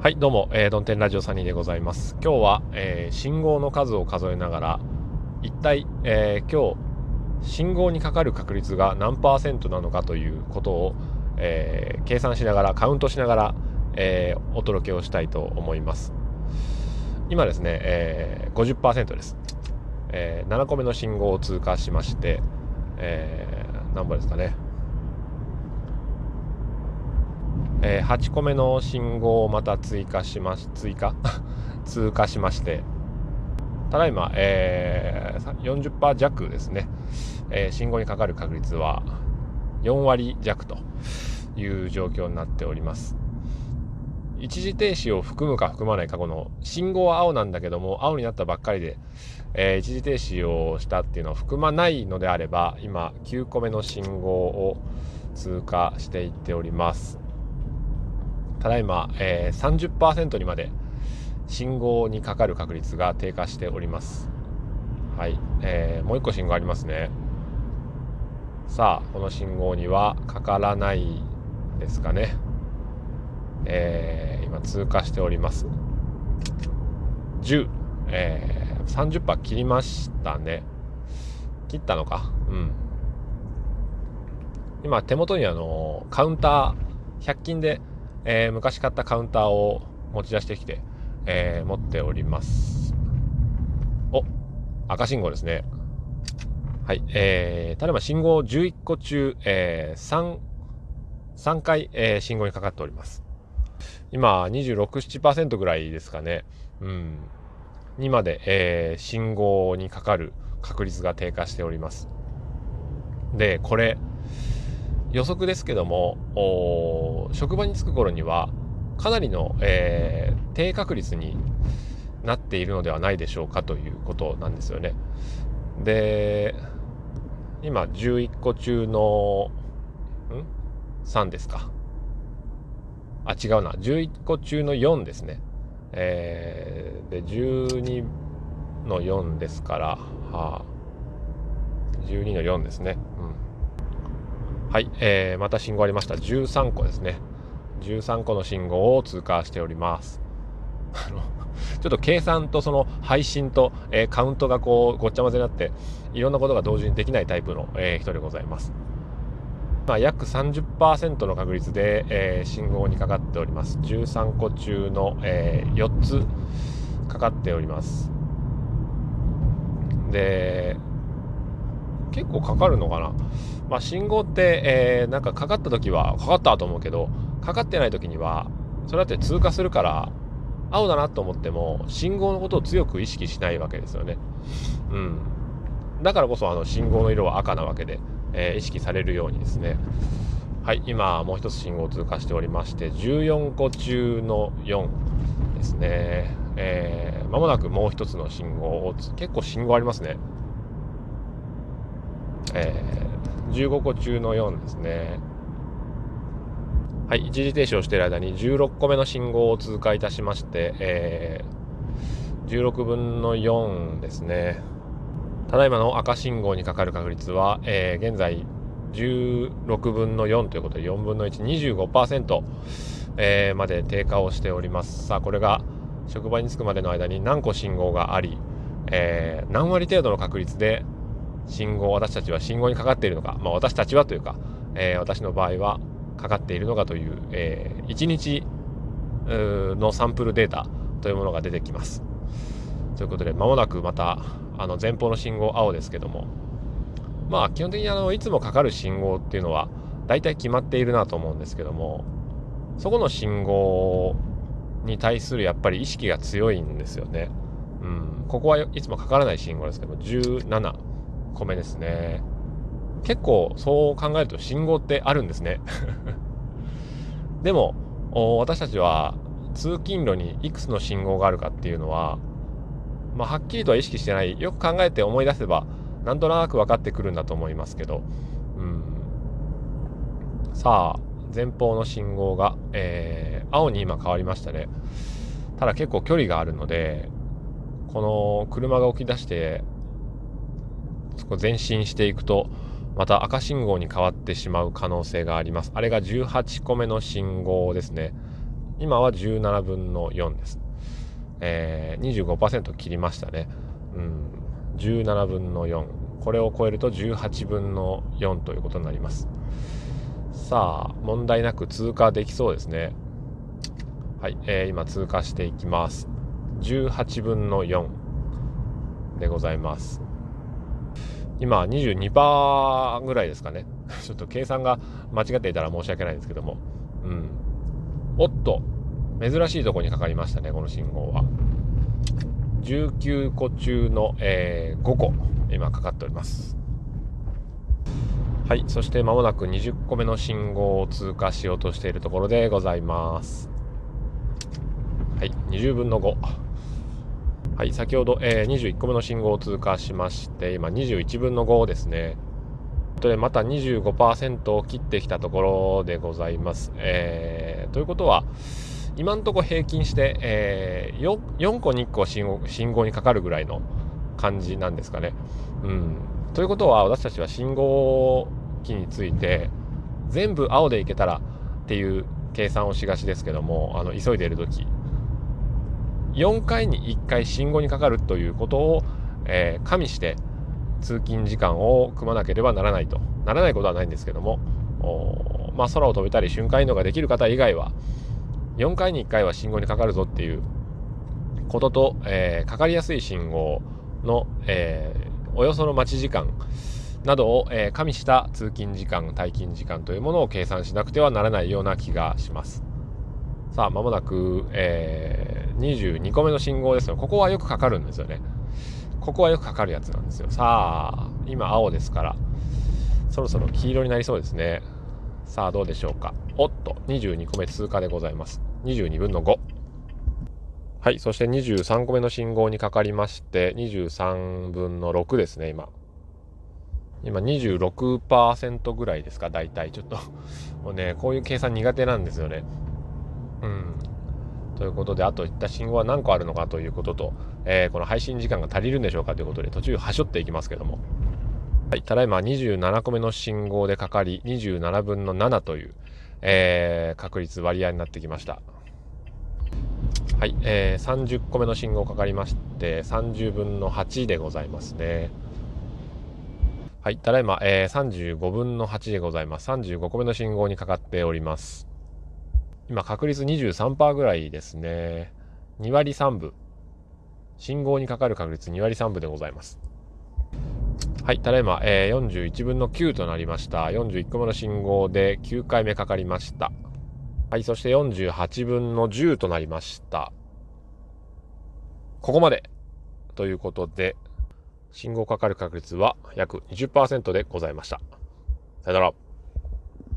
はい、どうも、ドンテンラジオサニーでございます。今日は、信号の数を数えながら、一体、今日、信号にかかる確率が何パーセントなのかということを、計算しながら、カウントしながら、お届けをしたいと思います。今ですね、50% です。7個目の信号を通過しまして、何本ですかね。8個目の信号をまた通過しまして、ただいま、40% 弱ですね、信号にかかる確率は4割弱という状況になっております。一時停止を含むか含まないか、この信号は青なんだけども青になったばっかりで、一時停止をしたっていうのを含まないのであれば、今9個目の信号を通過していっております。ただいま、30% にまで信号にかかる確率が低下しております。はい、もう一個信号ありますね。さあ、この信号にはかからないですかね。今通過しております。10、30% 切りましたね。切ったのか。今手元にカウンター100均で昔買ったカウンターを持ち出してきて、持っております。赤信号ですね。はい、ただいま信号11個中、3回、信号にかかっております。今26、7% ぐらいですかね。にまで、信号にかかる確率が低下しております。で、これ予測ですけども、職場に着く頃にはかなりの、低確率になっているのではないでしょうかということなんですよね。で、今11個中の3ですか。違うな、11個中の4ですね。で12の4ですから、12の4ですね。はい、また信号ありました。13個ですね。13個の信号を通過しております。ちょっと計算とその配信と、カウントがこうごっちゃ混ぜになっていろんなことが同時にできないタイプの、人でございます。約 30% の確率で、信号にかかっております。13個中の、4つかかっております。で、結構かかるのかな。信号って、なんかかかった時はかかったと思うけど、かかってない時にはそれだって通過するから青だなと思っても信号のことを強く意識しないわけですよね。だからこそ信号の色は赤なわけで、意識されるようにですね。はい、今もう一つ信号を通過しておりまして、14個中の4ですね。間もなくもう一つの信号を結構信号ありますね。15個中の4ですね。はい、一時停止をしている間に16個目の信号を通過いたしまして、16分の4ですね。ただいまの赤信号にかかる確率は、現在16分の4ということで4分の1、25%、まで低下をしております。さあ、これが職場に着くまでの間に何個信号があり、何割程度の確率で私たちは信号にかかっているのか、私たちはというか、私の場合はかかっているのかという、1日のサンプルデータというものが出てきます。ということで、間もなくまた前方の信号青ですけども、基本的にいつもかかる信号っていうのはだいたい決まっているなと思うんですけども、そこの信号に対するやっぱり意識が強いんですよね。ここはいつもかからない信号ですけども、17個目ですね。結構そう考えると信号ってあるんですね。でも私たちは通勤路にいくつの信号があるかっていうのは、はっきりとは意識してない。よく考えて思い出せばなんとなく分かってくるんだと思いますけど、さあ前方の信号が、青に今変わりましたね。ただ結構距離があるので、この車が起き出してそこ前進していくとまた赤信号に変わってしまう可能性があります。あれが18個目の信号ですね。 今は17分の4です。25% 切りましたね。17分の4。これを超えると18分の4ということになります。さあ、問題なく通過できそうですね。はい、今通過していきます。18分の4でございます。今 22% ぐらいですかね。ちょっと計算が間違っていたら申し訳ないんですけども。おっと、珍しいところにかかりましたね、この信号は。19個中の、5個今かかっております。はい、そして間もなく20個目の信号を通過しようとしているところでございます。はい、20分の5。はい、先ほど、21個目の信号を通過しまして、今21分の5ですね。でまた 25% を切ってきたところでございます。ということは、今のところ平均して、4個に1個信号にかかるぐらいの感じなんですかね。ということは、私たちは信号機について全部青でいけたらっていう計算をしがちですけども、急いでいる時4回に1回信号にかかるということを、加味して通勤時間を組まなければならないことはないんですけども、空を飛べたり瞬間移動ができる方以外は4回に1回は信号にかかるぞっていうことと、かかりやすい信号の、およその待ち時間などを、加味した通勤時間退勤時間というものを計算しなくてはならないような気がします。さあ間もなく、22個目の信号ですが、ここはよくかかるんですよね。ここはよくかかるやつなんですよ。さあ今青ですから、そろそろ黄色になりそうですね。さあどうでしょうか。おっと、22個目通過でございます。22分の5。はい、そして23個目の信号にかかりまして、23分の6ですね。今 26% ぐらいですか、大体。ちょっともうね、こういう計算苦手なんですよね。ということで、あといった信号は何個あるのかということと、この配信時間が足りるんでしょうかということで、途中はしょっていきますけども、はい、ただいま27個目の信号でかかり27分の7という、確率割合になってきました。はい、30個目の信号かかりまして30分の8でございますね。はい、ただいま、35分の8でございます。35個目の信号にかかっております。今確率 23% ぐらいですね。2割3分、信号にかかる確率2割3分でございます。はい、ただいま、41分の9となりました。41個目の信号で9回目かかりました。はい、そして48分の10となりました。ここまでということで、信号かかる確率は約 20% でございました。さよなら。